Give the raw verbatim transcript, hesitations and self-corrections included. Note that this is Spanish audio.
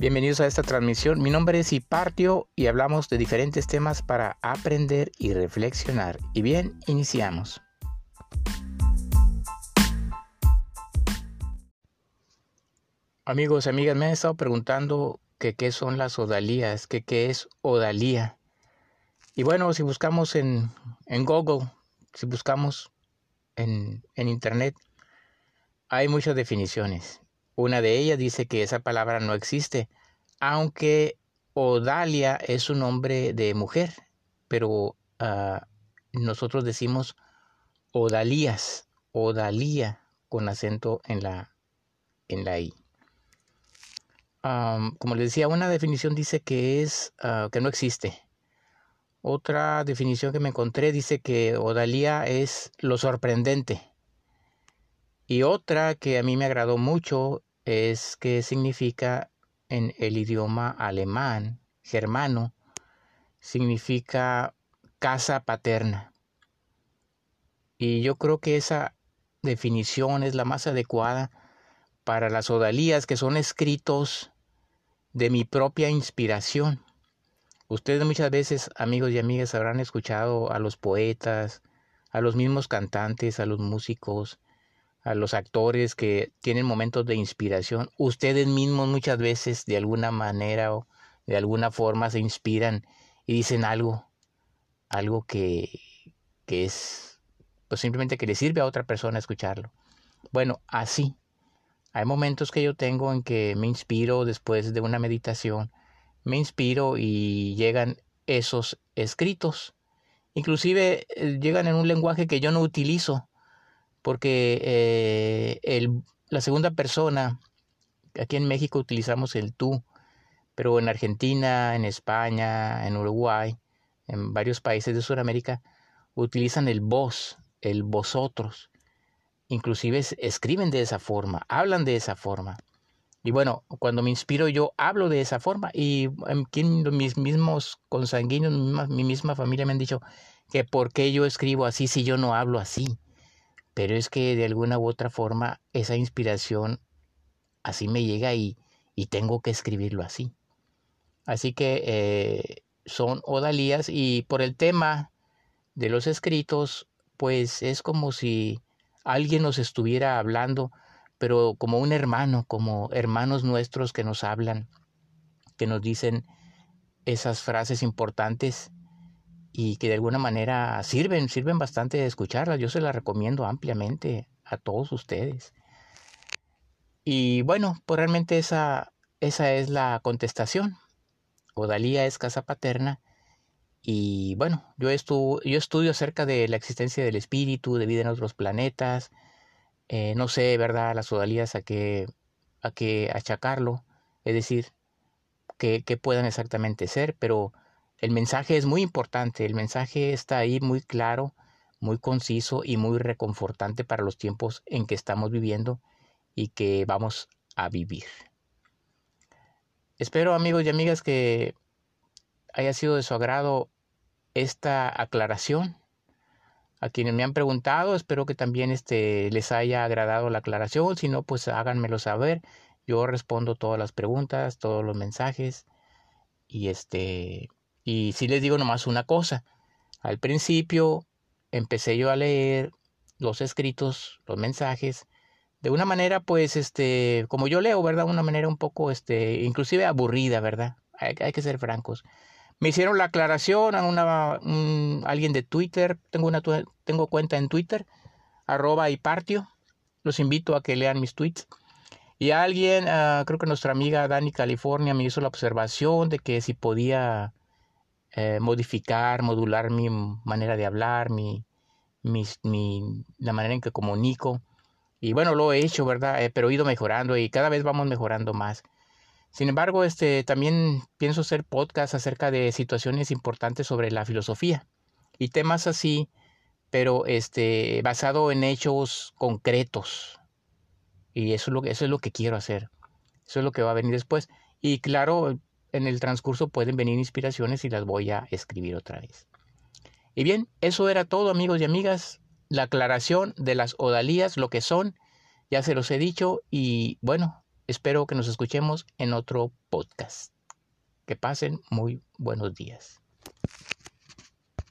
Bienvenidos a esta transmisión. Mi nombre es Hipartio y hablamos de diferentes temas para aprender y reflexionar. Y bien, iniciamos. Amigos y amigas, me han estado preguntando que qué son las odalías, que qué es odalía. Y bueno, si buscamos en, en Google, si buscamos en, en Internet, hay muchas definiciones. Una de ellas dice que esa palabra no existe, aunque odalia es un nombre de mujer, pero uh, nosotros decimos odalías, odalía con acento en la, en la I. Um, como les decía, una definición dice que es uh, que no existe. Otra definición que me encontré dice que odalía es lo sorprendente. Y otra que a mí me agradó mucho es que significa en el idioma alemán, germano, significa casa paterna. Y yo creo que esa definición es la más adecuada para las odalías, que son escritos de mi propia inspiración. Ustedes muchas veces, amigos y amigas, habrán escuchado a los poetas, a los mismos cantantes, a los músicos, a los actores que tienen momentos de inspiración. Ustedes mismos muchas veces de alguna manera o de alguna forma se inspiran y dicen algo, algo que, que es, pues simplemente que le sirve a otra persona escucharlo. Bueno, así, hay momentos que yo tengo en que me inspiro después de una meditación, me inspiro y llegan esos escritos. Inclusive eh, llegan en un lenguaje que yo no utilizo, porque eh, el, la segunda persona, aquí en México utilizamos el tú, pero en Argentina, en España, en Uruguay, en varios países de Sudamérica, utilizan el vos, el vosotros. Inclusive escriben de esa forma, hablan de esa forma. Y bueno, cuando me inspiro yo hablo de esa forma. Y aquí mis mismos consanguíneos, mi misma, mi misma familia me han dicho que por qué yo escribo así si yo no hablo así. Pero es que de alguna u otra forma esa inspiración así me llega y, y tengo que escribirlo así. Así que eh, son odalías, y por el tema de los escritos, pues es como si alguien nos estuviera hablando, pero como un hermano, como hermanos nuestros que nos hablan, que nos dicen esas frases importantes y que de alguna manera sirven, sirven bastante de escucharlas. Yo se las recomiendo ampliamente a todos ustedes. Y bueno, pues realmente esa, esa es la contestación. Odalía es casa paterna. Y bueno, yo, estu yo estudio acerca de la existencia del espíritu, de vida en otros planetas. Eh, no sé, ¿verdad?, las odalías a qué, a qué achacarlo. Es decir, que, que puedan exactamente ser, pero el mensaje es muy importante. El mensaje está ahí muy claro, muy conciso y muy reconfortante para los tiempos en que estamos viviendo y que vamos a vivir. Espero, amigos y amigas, que haya sido de su agrado esta aclaración. A quienes me han preguntado, espero que también este, les haya agradado la aclaración. Si no, pues háganmelo saber. Yo respondo todas las preguntas, todos los mensajes. Y este y sí les digo nomás una cosa. Al principio empecé yo a leer los escritos, los mensajes, de una manera, pues, este, como yo leo, ¿verdad? Una manera un poco, este, inclusive aburrida, ¿verdad? Hay, hay que ser francos. Me hicieron la aclaración a una, un, alguien de Twitter. Tengo una tengo cuenta en Twitter, arroba Hipartio. Los invito a que lean mis tweets. Y alguien, uh, creo que nuestra amiga Dani California, me hizo la observación de que si podía eh, modificar, modular mi manera de hablar, mi, mi, mi, la manera en que comunico. Y bueno, lo he hecho, ¿verdad? Eh, pero he ido mejorando y cada vez vamos mejorando más. Sin embargo, este, también pienso hacer podcast acerca de situaciones importantes sobre la filosofía y temas así, pero este, basado en hechos concretos. Y eso es, lo que, eso es lo que quiero hacer. Eso es lo que va a venir después. Y claro, en el transcurso pueden venir inspiraciones y las voy a escribir otra vez. Y bien, eso era todo, amigos y amigas. La aclaración de las odalías, lo que son, ya se los he dicho. Y bueno, Espero que nos escuchemos en otro podcast. Que pasen muy buenos días.